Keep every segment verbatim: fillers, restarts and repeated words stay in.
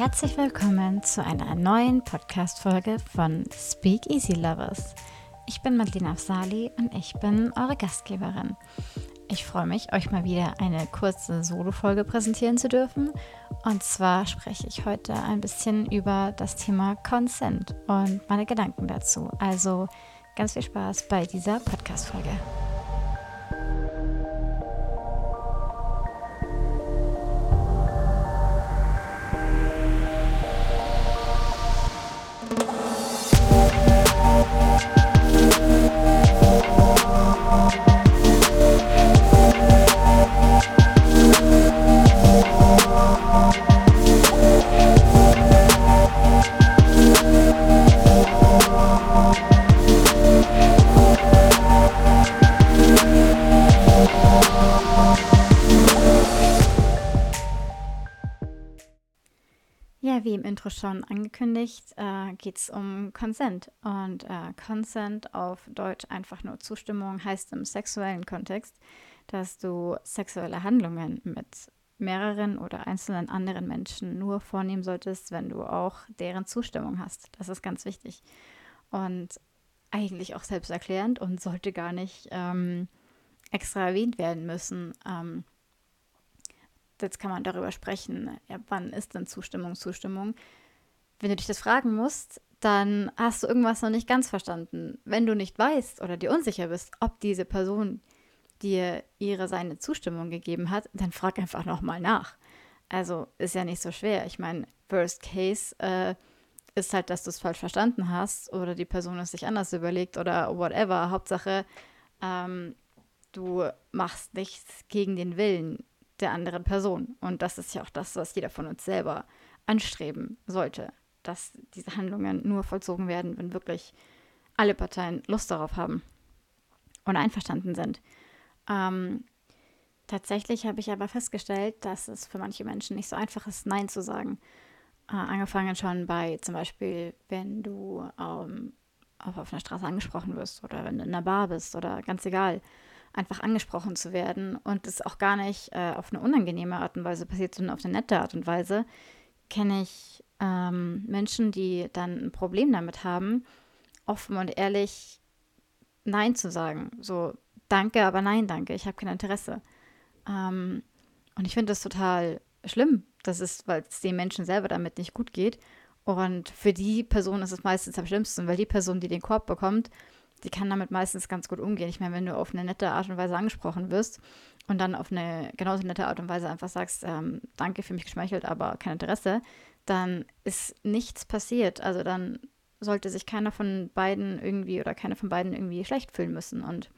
Herzlich willkommen zu einer neuen Podcast-Folge von Speak Easy Lovers. Ich bin Madeleine Afzali und ich bin eure Gastgeberin. Ich freue mich, euch mal wieder eine kurze Solo-Folge präsentieren zu dürfen. Und zwar spreche ich heute ein bisschen über das Thema Consent und meine Gedanken dazu. Also ganz viel Spaß bei dieser Podcast-Folge. Ja, wie im Intro schon angekündigt, äh, geht es um Consent. Und äh, Consent auf Deutsch einfach nur Zustimmung heißt im sexuellen Kontext, dass du sexuelle Handlungen mit mehreren oder einzelnen anderen Menschen nur vornehmen solltest, wenn du auch deren Zustimmung hast. Das ist ganz wichtig. Und eigentlich auch selbsterklärend und sollte gar nicht ähm, extra erwähnt werden müssen. Ähm, Jetzt kann man darüber sprechen, ja, wann ist denn Zustimmung Zustimmung? Wenn du dich das fragen musst, dann hast du irgendwas noch nicht ganz verstanden. Wenn du nicht weißt oder dir unsicher bist, ob diese Person dir ihre seine Zustimmung gegeben hat, dann frag einfach nochmal nach. Also ist ja nicht so schwer. Ich meine, Worst Case äh, ist halt, dass du es falsch verstanden hast oder die Person es sich anders überlegt oder whatever. Hauptsache, ähm, du machst nichts gegen den Willen der anderen Person. Und das ist ja auch das, was jeder von uns selber anstreben sollte, dass diese Handlungen nur vollzogen werden, wenn wirklich alle Parteien Lust darauf haben und einverstanden sind. Ähm, tatsächlich habe ich aber festgestellt, dass es für manche Menschen nicht so einfach ist, Nein zu sagen. Äh, angefangen schon bei zum Beispiel, wenn du ähm, auf, auf einer Straße angesprochen wirst oder wenn du in einer Bar bist oder ganz egal, einfach angesprochen zu werden und es auch gar nicht äh, auf eine unangenehme Art und Weise passiert, sondern auf eine nette Art und Weise, kenne ich ähm, Menschen, die dann ein Problem damit haben, offen und ehrlich Nein zu sagen. So, danke, aber nein, danke, ich habe kein Interesse. Ähm, und ich finde das total schlimm. Das ist, weil es den Menschen selber damit nicht gut geht. Und für die Person ist es meistens am schlimmsten, weil die Person, die den Korb bekommt, die kann damit meistens ganz gut umgehen. Ich meine, wenn du auf eine nette Art und Weise angesprochen wirst und dann auf eine genauso nette Art und Weise einfach sagst, ähm, danke, für mich geschmeichelt, aber kein Interesse, dann ist nichts passiert. Also dann sollte sich keiner von beiden irgendwie oder keine von beiden irgendwie schlecht fühlen müssen. Und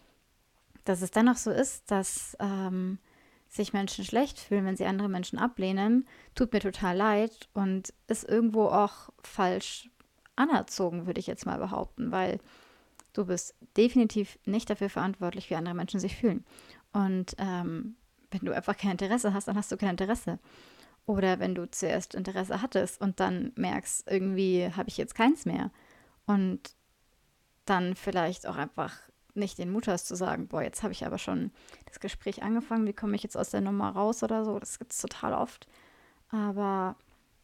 dass es dennoch so ist, dass ähm, sich Menschen schlecht fühlen, wenn sie andere Menschen ablehnen, tut mir total leid und ist irgendwo auch falsch anerzogen, würde ich jetzt mal behaupten, weil du bist definitiv nicht dafür verantwortlich, wie andere Menschen sich fühlen. Und ähm, wenn du einfach kein Interesse hast, dann hast du kein Interesse. Oder wenn du zuerst Interesse hattest und dann merkst, irgendwie habe ich jetzt keins mehr. Und dann vielleicht auch einfach nicht den Mut hast zu sagen, boah, jetzt habe ich aber schon das Gespräch angefangen, wie komme ich jetzt aus der Nummer raus oder so. Das gibt es total oft. Aber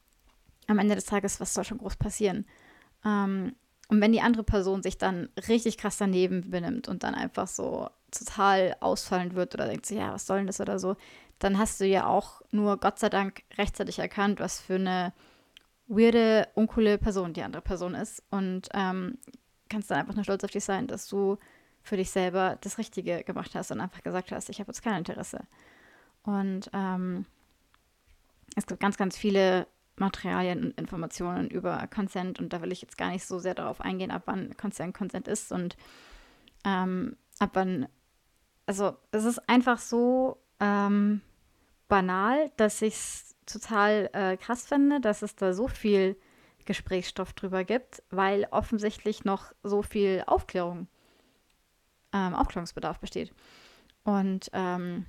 am Ende des Tages, was soll schon groß passieren? Ähm, Und wenn die andere Person sich dann richtig krass daneben benimmt und dann einfach so total ausfallend wird oder denkt so, ja, was soll denn das oder so, dann hast du ja auch nur Gott sei Dank rechtzeitig erkannt, was für eine weirde, uncoole Person die andere Person ist und ähm, kannst dann einfach nur stolz auf dich sein, dass du für dich selber das Richtige gemacht hast und einfach gesagt hast, ich habe jetzt kein Interesse. Und ähm, es gibt ganz, ganz viele Materialien und Informationen über Consent und da will ich jetzt gar nicht so sehr darauf eingehen, ab wann Consent Consent ist und ähm, ab wann, also es ist einfach so ähm, banal, dass ich es total äh, krass finde, dass es da so viel Gesprächsstoff drüber gibt, weil offensichtlich noch so viel Aufklärung, ähm, Aufklärungsbedarf besteht. Und ähm,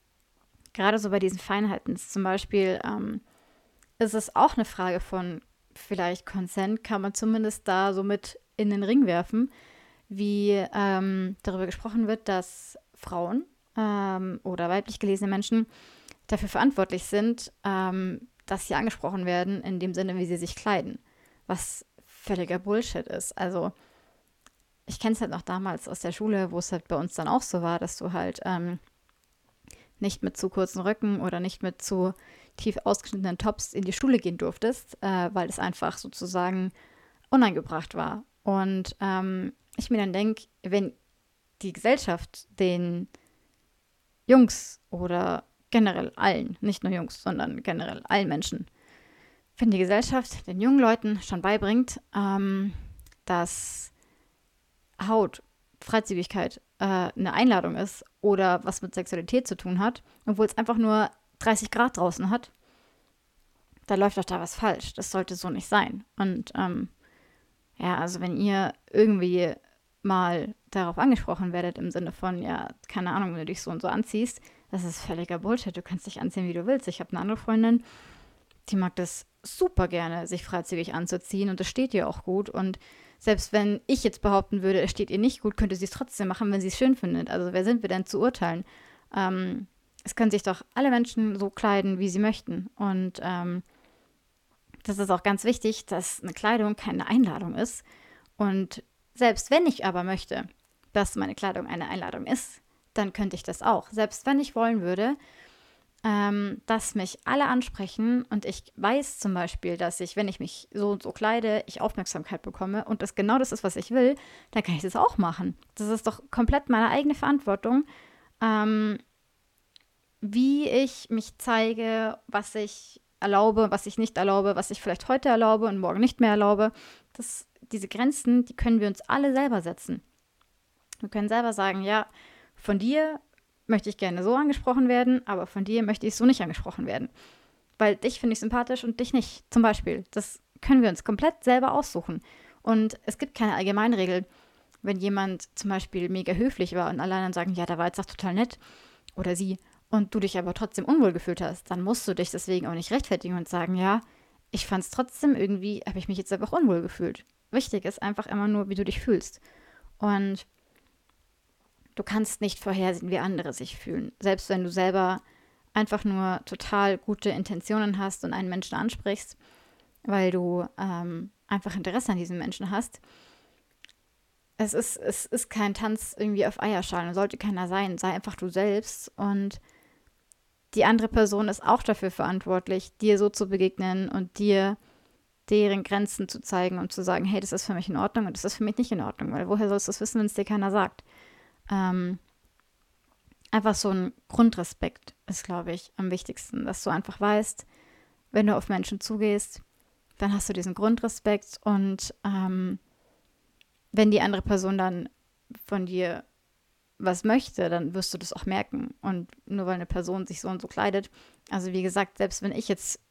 gerade so bei diesen Feinheiten, zum Beispiel ähm, ist es auch eine Frage von vielleicht Consent, kann man zumindest da so mit in den Ring werfen, wie ähm, darüber gesprochen wird, dass Frauen ähm, oder weiblich gelesene Menschen dafür verantwortlich sind, ähm, dass sie angesprochen werden in dem Sinne, wie sie sich kleiden. Was völliger Bullshit ist. Also ich kenne es halt noch damals aus der Schule, wo es halt bei uns dann auch so war, dass du halt ähm, nicht mit zu kurzen Röcken oder nicht mit zu tief ausgeschnittenen Tops in die Schule gehen durftest, äh, weil es einfach sozusagen unangebracht war. Und ähm, ich mir dann denke, wenn die Gesellschaft den Jungs oder generell allen, nicht nur Jungs, sondern generell allen Menschen, wenn die Gesellschaft den jungen Leuten schon beibringt, ähm, dass Haut, Freizügigkeit äh, eine Einladung ist oder was mit Sexualität zu tun hat, obwohl es einfach nur dreißig Grad draußen hat, da läuft doch da was falsch. Das sollte so nicht sein. Und ähm, ja, also wenn ihr irgendwie mal darauf angesprochen werdet im Sinne von, ja, keine Ahnung, wenn du dich so und so anziehst, das ist völliger Bullshit. Du kannst dich anziehen, wie du willst. Ich habe eine andere Freundin, die mag das super gerne, sich freizügig anzuziehen und das steht ihr auch gut. Und selbst wenn ich jetzt behaupten würde, es steht ihr nicht gut, könnte sie es trotzdem machen, wenn sie es schön findet. Also wer sind wir denn zu urteilen? Ähm, es können sich doch alle Menschen so kleiden, wie sie möchten. Und ähm, das ist auch ganz wichtig, dass eine Kleidung keine Einladung ist. Und selbst wenn ich aber möchte, dass meine Kleidung eine Einladung ist, dann könnte ich das auch. Selbst wenn ich wollen würde, ähm, dass mich alle ansprechen und ich weiß zum Beispiel, dass ich, wenn ich mich so und so kleide, ich Aufmerksamkeit bekomme und das genau das ist, was ich will, dann kann ich das auch machen. Das ist doch komplett meine eigene Verantwortung, ähm, wie ich mich zeige, was ich erlaube, was ich nicht erlaube, was ich vielleicht heute erlaube und morgen nicht mehr erlaube. Das, diese Grenzen, die können wir uns alle selber setzen. Wir können selber sagen, ja, von dir möchte ich gerne so angesprochen werden, aber von dir möchte ich so nicht angesprochen werden. Weil dich finde ich sympathisch und dich nicht, zum Beispiel. Das können wir uns komplett selber aussuchen. Und es gibt keine Allgemeinregel. Wenn jemand zum Beispiel mega höflich war und alle anderen sagen, ja, der war jetzt auch total nett, oder sie, und du dich aber trotzdem unwohl gefühlt hast, dann musst du dich deswegen auch nicht rechtfertigen und sagen, ja, ich fand es trotzdem irgendwie, habe ich mich jetzt einfach unwohl gefühlt. Wichtig ist einfach immer nur, wie du dich fühlst. Und du kannst nicht vorhersehen, wie andere sich fühlen. Selbst wenn du selber einfach nur total gute Intentionen hast und einen Menschen ansprichst, weil du ähm, einfach Interesse an diesem Menschen hast. Es ist, es ist kein Tanz irgendwie auf Eierschalen, sollte keiner sein. Sei einfach du selbst und die andere Person ist auch dafür verantwortlich, dir so zu begegnen und dir deren Grenzen zu zeigen und zu sagen, hey, das ist für mich in Ordnung und das ist für mich nicht in Ordnung, weil woher sollst du es wissen, wenn es dir keiner sagt? Ähm, einfach so ein Grundrespekt ist, glaube ich, am wichtigsten, dass du einfach weißt, wenn du auf Menschen zugehst, dann hast du diesen Grundrespekt und ähm, wenn die andere Person dann von dir was möchte, dann wirst du das auch merken. Und nur weil eine Person sich so und so kleidet, also wie gesagt, selbst wenn ich jetzt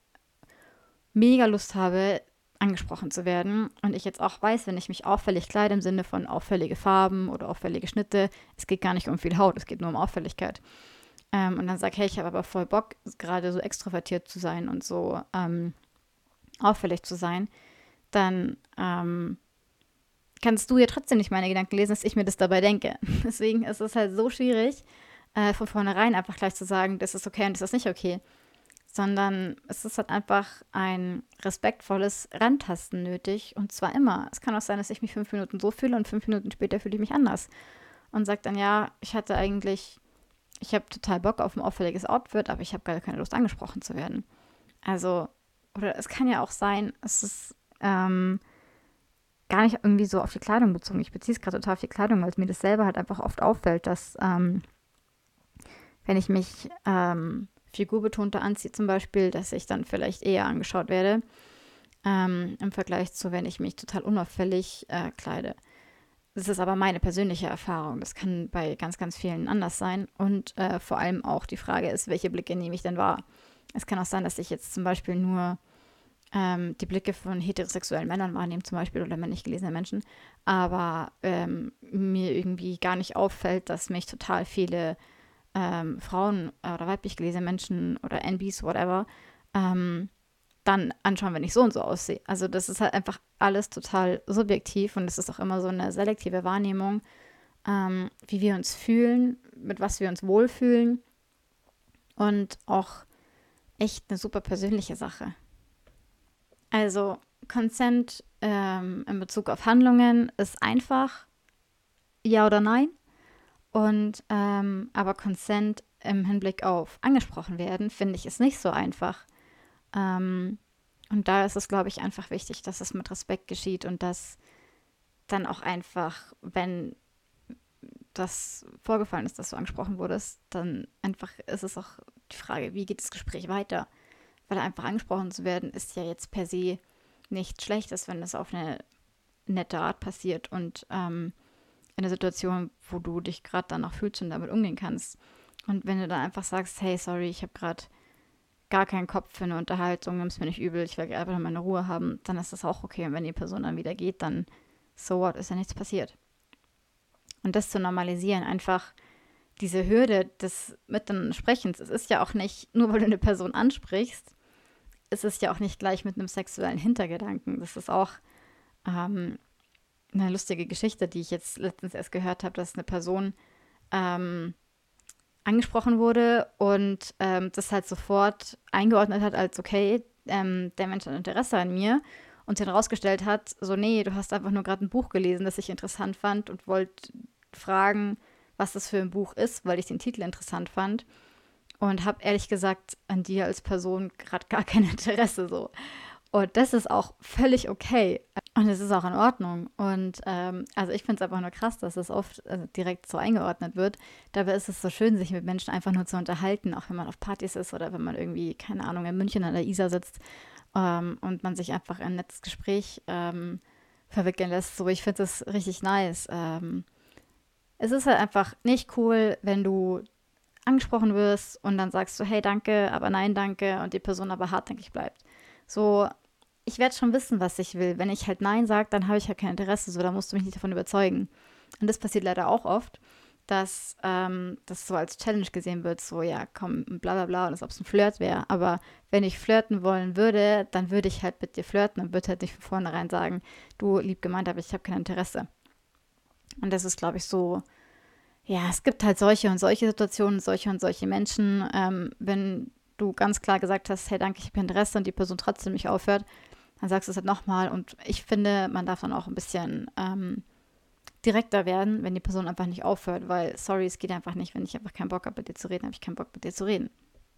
mega Lust habe, angesprochen zu werden und ich jetzt auch weiß, wenn ich mich auffällig kleide im Sinne von auffällige Farben oder auffällige Schnitte, es geht gar nicht um viel Haut, es geht nur um Auffälligkeit. Ähm, und dann sage ich, hey, ich habe aber voll Bock, gerade so extrovertiert zu sein und so ähm, auffällig zu sein, dann ähm, kannst du ja trotzdem nicht meine Gedanken lesen, dass ich mir das dabei denke. Deswegen ist es halt so schwierig, äh, von vornherein einfach gleich zu sagen, das ist okay und das ist nicht okay. Sondern es ist halt einfach ein respektvolles Rantasten nötig und zwar immer. Es kann auch sein, dass ich mich fünf Minuten so fühle und fünf Minuten später fühle ich mich anders. Und sage dann, ja, ich hatte eigentlich, ich habe total Bock auf ein auffälliges Outfit, aber ich habe gar keine Lust angesprochen zu werden. Also, oder es kann ja auch sein, es ist, ähm, gar nicht irgendwie so auf die Kleidung bezogen. Ich beziehe es gerade total auf die Kleidung, weil es mir das selber halt einfach oft auffällt, dass ähm, wenn ich mich ähm, figurbetonter anziehe zum Beispiel, dass ich dann vielleicht eher angeschaut werde, ähm, im Vergleich zu, wenn ich mich total unauffällig äh, kleide. Das ist aber meine persönliche Erfahrung. Das kann bei ganz, ganz vielen anders sein. Und äh, vor allem auch die Frage ist, welche Blicke nehme ich denn wahr? Es kann auch sein, dass ich jetzt zum Beispiel nur ähm, die Blicke von heterosexuellen Männern wahrnehmen zum Beispiel oder männlich gelesene Menschen, aber ähm, mir irgendwie gar nicht auffällt, dass mich total viele ähm, Frauen oder weiblich gelesene Menschen oder N Bs, whatever, ähm, dann anschauen, wenn ich so und so aussehe. Also das ist halt einfach alles total subjektiv und es ist auch immer so eine selektive Wahrnehmung, ähm, wie wir uns fühlen, mit was wir uns wohlfühlen und auch echt eine super persönliche Sache. Also Consent ähm, in Bezug auf Handlungen ist einfach ja oder nein. Und ähm, aber Consent im Hinblick auf angesprochen werden, finde ich, ist nicht so einfach. Ähm, und da ist es, glaube ich, einfach wichtig, dass es mit Respekt geschieht und dass dann auch einfach, wenn das vorgefallen ist, dass du angesprochen wurdest, dann einfach ist es auch die Frage, wie geht das Gespräch weiter? Weil einfach angesprochen zu werden, ist ja jetzt per se nichts Schlechtes, wenn es auf eine nette Art passiert und ähm, in der Situation, wo du dich gerade danach fühlst und damit umgehen kannst. Und wenn du dann einfach sagst, hey, sorry, ich habe gerade gar keinen Kopf für eine Unterhaltung, nimm es mir nicht übel, ich will einfach nur meine Ruhe haben, dann ist das auch okay. Und wenn die Person dann wieder geht, dann so what, ist ja nichts passiert. Und das zu normalisieren, einfach diese Hürde des Miteinander Sprechens, es ist ja auch nicht, nur weil du eine Person ansprichst, ist es ja auch nicht gleich mit einem sexuellen Hintergedanken. Das ist auch ähm, eine lustige Geschichte, die ich jetzt letztens erst gehört habe, dass eine Person ähm, angesprochen wurde und ähm, das halt sofort eingeordnet hat als, okay, ähm, der Mensch hat Interesse an mir und dann rausgestellt hat, so, nee, du hast einfach nur gerade ein Buch gelesen, das ich interessant fand und wollte fragen, was das für ein Buch ist, weil ich den Titel interessant fand und habe ehrlich gesagt an dir als Person gerade gar kein Interesse so. Und das ist auch völlig okay. Und es ist auch in Ordnung. Und ähm, also ich finde es einfach nur krass, dass es oft also direkt so eingeordnet wird. Dabei ist es so schön, sich mit Menschen einfach nur zu unterhalten, auch wenn man auf Partys ist oder wenn man irgendwie, keine Ahnung, in München an der Isar sitzt ähm, und man sich einfach in ein nettes Gespräch ähm, verwickeln lässt. So, ich finde das richtig nice. Ähm, es ist halt einfach nicht cool, wenn du angesprochen wirst und dann sagst du, hey, danke, aber nein, danke und die Person aber hartnäckig bleibt. So, ich werde schon wissen, was ich will. Wenn ich halt Nein sage, dann habe ich halt kein Interesse. So, da musst du mich nicht davon überzeugen. Und das passiert leider auch oft, dass ähm, das so als Challenge gesehen wird. So, ja, komm, bla bla bla, und als ob es ein Flirt wäre. Aber wenn ich flirten wollen würde, dann würde ich halt mit dir flirten und würde halt nicht von vornherein sagen, du, lieb gemeint, aber ich habe kein Interesse. Und das ist, glaube ich, so, ja, es gibt halt solche und solche Situationen, solche und solche Menschen. Ähm, wenn du ganz klar gesagt hast, hey, danke, ich habe Interesse und die Person trotzdem nicht aufhört, dann sagst du es halt nochmal. Und ich finde, man darf dann auch ein bisschen ähm, direkter werden, wenn die Person einfach nicht aufhört, weil, sorry, es geht einfach nicht, wenn ich einfach keinen Bock habe, mit dir zu reden, habe ich keinen Bock, mit dir zu reden.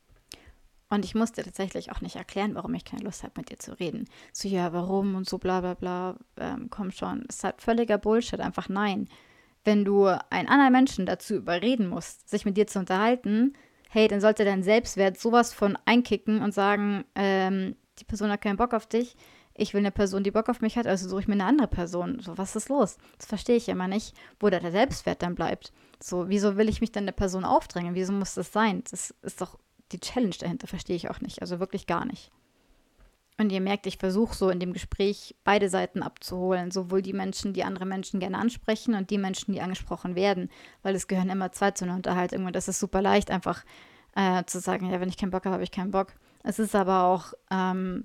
Und ich musste tatsächlich auch nicht erklären, warum ich keine Lust habe, mit dir zu reden. So, ja, warum und so bla bla bla, ähm, komm schon. Es ist halt völliger Bullshit, einfach nein. Wenn du einen anderen Menschen dazu überreden musst, sich mit dir zu unterhalten, hey, dann sollte dein Selbstwert sowas von einkicken und sagen, ähm, die Person hat keinen Bock auf dich, ich will eine Person, die Bock auf mich hat, also suche ich mir eine andere Person. So, was ist los? Das verstehe ich immer nicht, wo da der Selbstwert dann bleibt. So, wieso will ich mich dann der Person aufdrängen? Wieso muss das sein? Das ist doch die Challenge dahinter, verstehe ich auch nicht. Also wirklich gar nicht. Und ihr merkt, ich versuche so in dem Gespräch beide Seiten abzuholen. Sowohl die Menschen, die andere Menschen gerne ansprechen und die Menschen, die angesprochen werden. Weil es gehören immer zwei zu einer Unterhaltung. Und das ist super leicht, einfach äh, zu sagen, ja, wenn ich keinen Bock habe, habe ich keinen Bock. Es ist aber auch ähm,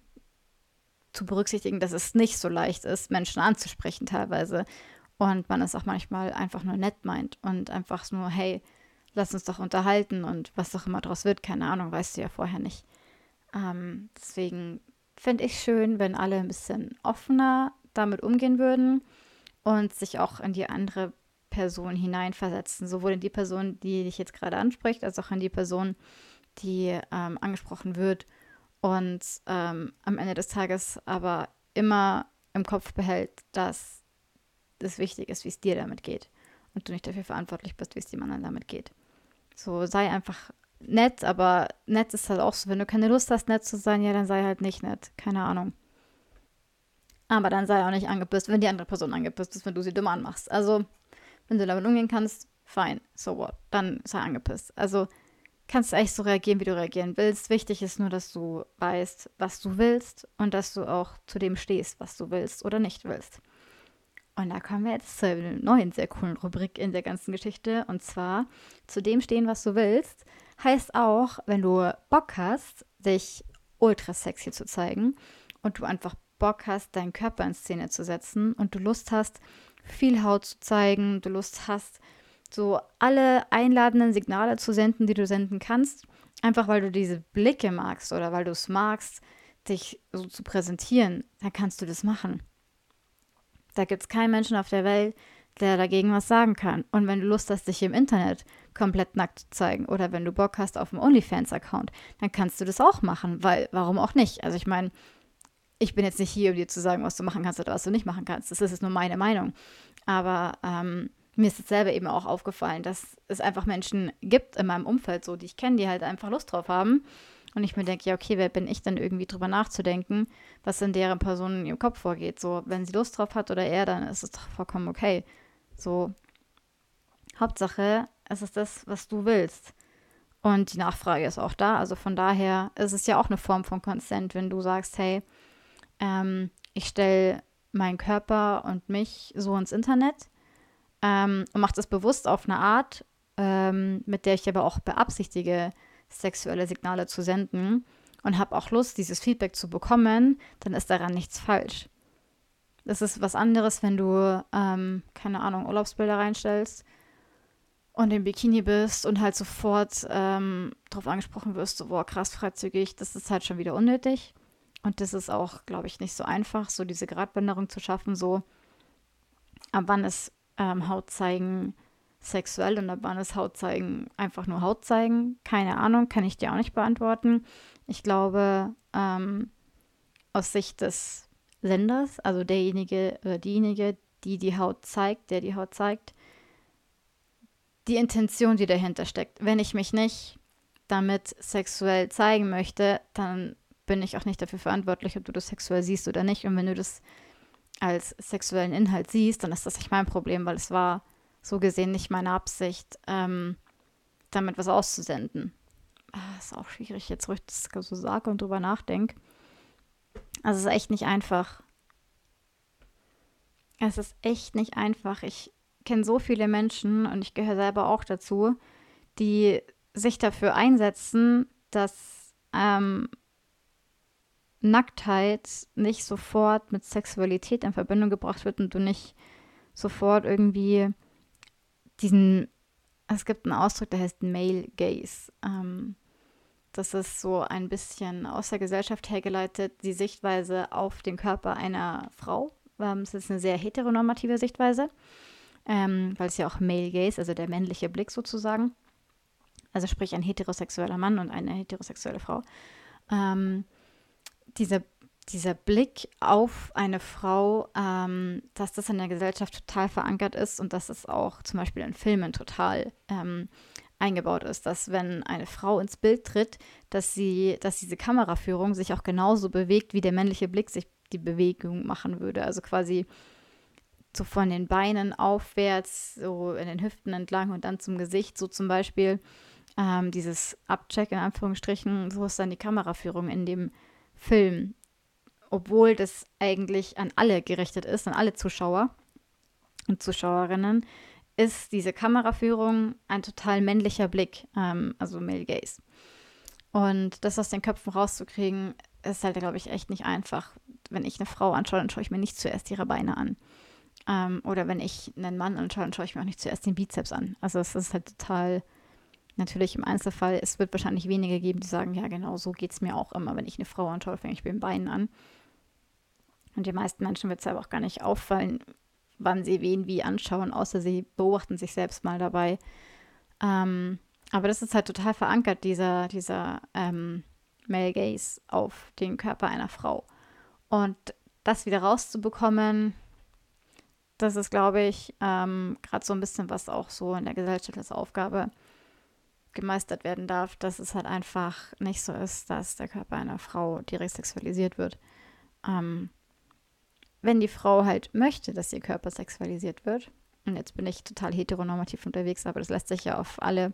zu berücksichtigen, dass es nicht so leicht ist, Menschen anzusprechen teilweise. Und man es auch manchmal einfach nur nett meint. Und einfach nur, hey, lass uns doch unterhalten. Und was auch immer draus wird, keine Ahnung, weißt du ja vorher nicht. Ähm, deswegen fände ich schön, wenn alle ein bisschen offener damit umgehen würden und sich auch in die andere Person hineinversetzen. Sowohl in die Person, die dich jetzt gerade anspricht, als auch in die Person, die ähm, angesprochen wird. Und ähm, am Ende des Tages aber immer im Kopf behält, dass es wichtig ist, wie es dir damit geht. Und du nicht dafür verantwortlich bist, wie es dem anderen damit geht. So, sei einfach nett, aber nett ist halt auch so, wenn du keine Lust hast, nett zu sein, ja, dann sei halt nicht nett. Keine Ahnung. Aber dann sei auch nicht angepisst, wenn die andere Person angepisst ist, wenn du sie dumm anmachst. Also, wenn du damit umgehen kannst, fine, so what. Dann sei angepisst. Also, kannst du echt so reagieren, wie du reagieren willst. Wichtig ist nur, dass du weißt, was du willst und dass du auch zu dem stehst, was du willst oder nicht willst. Und da kommen wir jetzt zu einer neuen, sehr coolen Rubrik in der ganzen Geschichte. Und zwar, zu dem stehen, was du willst, heißt auch, wenn du Bock hast, dich ultra sexy zu zeigen und du einfach Bock hast, deinen Körper in Szene zu setzen und du Lust hast, viel Haut zu zeigen, du Lust hast, so alle einladenden Signale zu senden, die du senden kannst, einfach weil du diese Blicke magst oder weil du es magst, dich so zu präsentieren, dann kannst du das machen. Da gibt es keinen Menschen auf der Welt, der dagegen was sagen kann. Und wenn du Lust hast, dich im Internet komplett nackt zu zeigen oder wenn du Bock hast auf einen OnlyFans-Account, dann kannst du das auch machen, weil warum auch nicht? Also ich meine, ich bin jetzt nicht hier, um dir zu sagen, was du machen kannst oder was du nicht machen kannst. Das ist jetzt nur meine Meinung. Aber ähm, mir ist es selber eben auch aufgefallen, dass es einfach Menschen gibt in meinem Umfeld, so die ich kenne, die halt einfach Lust drauf haben. Und ich mir denke, ja, okay, wer bin ich denn irgendwie drüber nachzudenken, was in deren Person in ihrem Kopf vorgeht? So, wenn sie Lust drauf hat oder er, dann ist es doch vollkommen okay. So, Hauptsache, es ist das, was du willst. Und die Nachfrage ist auch da. Also von daher ist es ja auch eine Form von Consent, wenn du sagst, hey, ähm, ich stelle meinen Körper und mich so ins Internet ähm, und mache das bewusst auf eine Art, ähm, mit der ich aber auch beabsichtige, sexuelle Signale zu senden und habe auch Lust, dieses Feedback zu bekommen, dann ist daran nichts falsch. Das ist was anderes, wenn du, ähm, keine Ahnung, Urlaubsbilder reinstellst und im Bikini bist und halt sofort ähm, drauf angesprochen wirst, so, boah, krass freizügig, das ist halt schon wieder unnötig. Und das ist auch, glaube ich, nicht so einfach, so diese Gratwanderung zu schaffen, so ab wann ist ähm, Haut zeigen sexuell und ab wann ist Haut zeigen einfach nur Haut zeigen. Keine Ahnung, kann ich dir auch nicht beantworten. Ich glaube, ähm, aus Sicht des Senders, also derjenige oder diejenige, die die Haut zeigt, der die Haut zeigt, die Intention, die dahinter steckt. Wenn ich mich nicht damit sexuell zeigen möchte, dann bin ich auch nicht dafür verantwortlich, ob du das sexuell siehst oder nicht. Und wenn du das als sexuellen Inhalt siehst, dann ist das nicht mein Problem, weil es war so gesehen nicht meine Absicht, ähm, damit was auszusenden. Ah, ist auch schwierig, jetzt, wo ich das so sage und drüber nachdenke. Also es ist echt nicht einfach. Es ist echt nicht einfach. Ich kenne so viele Menschen und ich gehöre selber auch dazu, die sich dafür einsetzen, dass ähm, Nacktheit nicht sofort mit Sexualität in Verbindung gebracht wird und du nicht sofort irgendwie diesen, es gibt einen Ausdruck, der heißt Male Gaze. Ähm, das ist so ein bisschen aus der Gesellschaft hergeleitet, die Sichtweise auf den Körper einer Frau. Ähm, es ist eine sehr heteronormative Sichtweise, ähm, weil es ja auch Male Gaze, also der männliche Blick sozusagen, also sprich ein heterosexueller Mann und eine heterosexuelle Frau. Ähm, dieser, dieser Blick auf eine Frau, ähm, dass das in der Gesellschaft total verankert ist und dass es auch zum Beispiel in Filmen total ähm, eingebaut ist, dass wenn eine Frau ins Bild tritt, dass sie, dass diese Kameraführung sich auch genauso bewegt, wie der männliche Blick sich die Bewegung machen würde. Also quasi so von den Beinen aufwärts, so in den Hüften entlang und dann zum Gesicht, so zum Beispiel ähm, dieses Abcheck in Anführungsstrichen, so ist dann die Kameraführung in dem Film, obwohl das eigentlich an alle gerichtet ist, an alle Zuschauer und Zuschauerinnen, ist diese Kameraführung ein total männlicher Blick, ähm, also Male Gaze. Und das aus den Köpfen rauszukriegen, ist halt, glaube ich, echt nicht einfach. Wenn ich eine Frau anschaue, dann schaue ich mir nicht zuerst ihre Beine an. Ähm, oder wenn ich einen Mann anschaue, dann schaue ich mir auch nicht zuerst den Bizeps an. Also es ist halt total, natürlich im Einzelfall, es wird wahrscheinlich wenige geben, die sagen, ja genau, so geht es mir auch immer. Wenn ich eine Frau anschaue, fange ich mit den Beinen an. Und die meisten Menschen wird es aber auch gar nicht auffallen, wann sie wen wie anschauen, außer sie beobachten sich selbst mal dabei. Ähm, aber das ist halt total verankert, dieser, dieser ähm, Male Gaze auf den Körper einer Frau. Und das wieder rauszubekommen, das ist, glaube ich, ähm, gerade so ein bisschen, was auch so in der Gesellschaft als Aufgabe gemeistert werden darf, dass es halt einfach nicht so ist, dass der Körper einer Frau direkt sexualisiert wird. Ähm, wenn die Frau halt möchte, dass ihr Körper sexualisiert wird, und jetzt bin ich total heteronormativ unterwegs, aber das lässt sich ja auf alle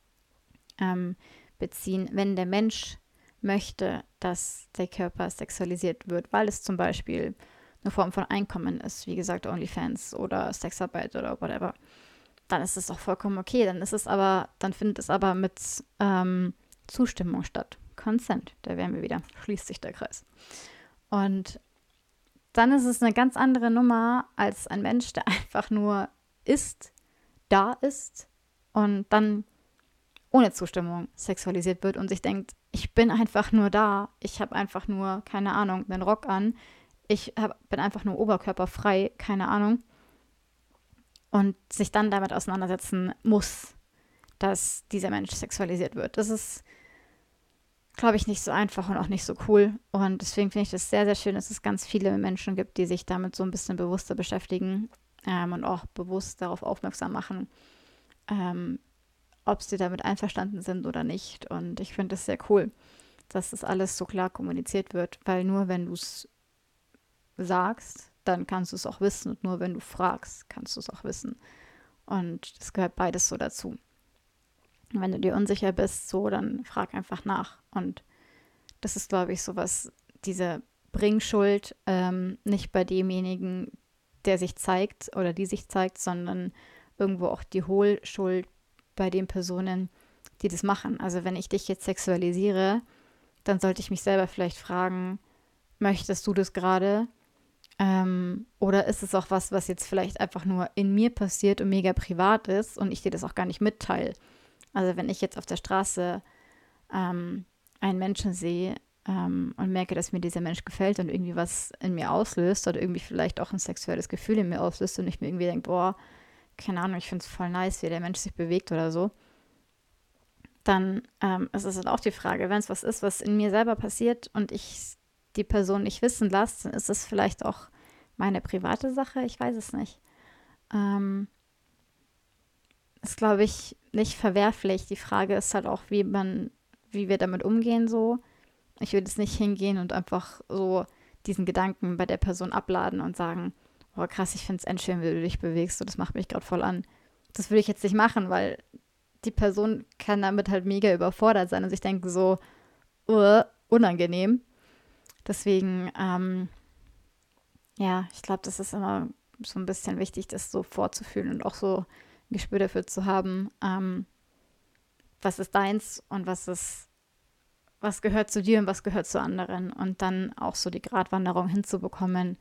ähm, beziehen, wenn der Mensch möchte, dass der Körper sexualisiert wird, weil es zum Beispiel eine Form von Einkommen ist, wie gesagt, OnlyFans oder Sexarbeit oder whatever, dann ist es auch vollkommen okay. Dann ist es aber, dann findet es aber mit ähm, Zustimmung statt. Consent, da wären wir wieder, schließt sich der Kreis. Und dann ist es eine ganz andere Nummer als ein Mensch, der einfach nur ist, da ist und dann ohne Zustimmung sexualisiert wird und sich denkt, ich bin einfach nur da, ich habe einfach nur, keine Ahnung, einen Rock an, ich hab, bin einfach nur oberkörperfrei, keine Ahnung, und sich dann damit auseinandersetzen muss, dass dieser Mensch sexualisiert wird. Das ist, glaube ich, nicht so einfach und auch nicht so cool. Und deswegen finde ich das sehr, sehr schön, dass es ganz viele Menschen gibt, die sich damit so ein bisschen bewusster beschäftigen ähm, und auch bewusst darauf aufmerksam machen, ähm, ob sie damit einverstanden sind oder nicht. Und ich finde es sehr cool, dass das alles so klar kommuniziert wird, weil nur wenn du es sagst, dann kannst du es auch wissen und nur wenn du fragst, kannst du es auch wissen. Und das gehört beides so dazu. Und wenn du dir unsicher bist, so, dann frag einfach nach. Und das ist, glaube ich, so was, diese Bringschuld ähm, nicht bei demjenigen, der sich zeigt oder die sich zeigt, sondern irgendwo auch die Hohlschuld bei den Personen, die das machen. Also wenn ich dich jetzt sexualisiere, dann sollte ich mich selber vielleicht fragen, möchtest du das gerade? Ähm, oder ist es auch was, was jetzt vielleicht einfach nur in mir passiert und mega privat ist und ich dir das auch gar nicht mitteile? Also wenn ich jetzt auf der Straße ähm, einen Menschen sehe ähm, und merke, dass mir dieser Mensch gefällt und irgendwie was in mir auslöst oder irgendwie vielleicht auch ein sexuelles Gefühl in mir auslöst und ich mir irgendwie denke, boah, keine Ahnung, ich finde es voll nice, wie der Mensch sich bewegt oder so, dann ähm, ist es halt auch die Frage, wenn es was ist, was in mir selber passiert und ich die Person nicht wissen lasse, dann ist es vielleicht auch meine private Sache, ich weiß es nicht. Ähm, ist, glaube ich, nicht verwerflich. Die Frage ist halt auch, wie man, wie wir damit umgehen so. Ich würde jetzt nicht hingehen und einfach so diesen Gedanken bei der Person abladen und sagen, oh krass, ich finde es endschön, wie du dich bewegst und das macht mich gerade voll an. Das würde ich jetzt nicht machen, weil die Person kann damit halt mega überfordert sein und sich denken so, uh, unangenehm. Deswegen, ähm, ja, ich glaube, das ist immer so ein bisschen wichtig, das so vorzufühlen und auch so ein Gespür dafür zu haben, ähm, was ist deins und was ist, was gehört zu dir und was gehört zu anderen. Und dann auch so die Gratwanderung hinzubekommen,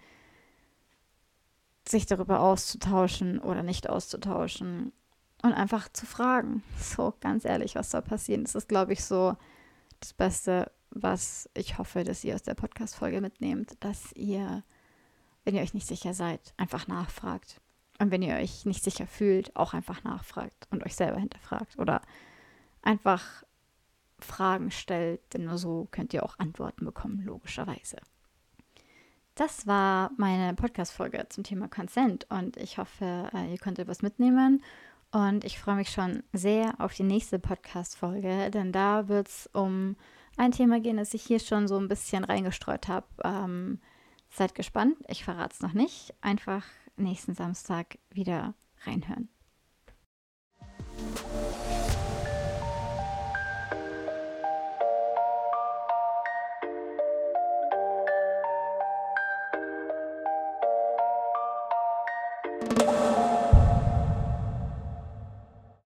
sich darüber auszutauschen oder nicht auszutauschen und einfach zu fragen. So, ganz ehrlich, was soll passieren? Das ist, glaube ich, so das Beste, was ich hoffe, dass ihr aus der Podcast-Folge mitnehmt, dass ihr, wenn ihr euch nicht sicher seid, einfach nachfragt. Und wenn ihr euch nicht sicher fühlt, auch einfach nachfragt und euch selber hinterfragt oder einfach Fragen stellt, denn nur so könnt ihr auch Antworten bekommen, logischerweise. Das war meine Podcast-Folge zum Thema Consent und ich hoffe, ihr konntet was mitnehmen und ich freue mich schon sehr auf die nächste Podcast-Folge, denn da wird es um ein Thema gehen, das ich hier schon so ein bisschen reingestreut habe. Ähm, seid gespannt, ich verrate es noch nicht. Einfach nächsten Samstag wieder reinhören.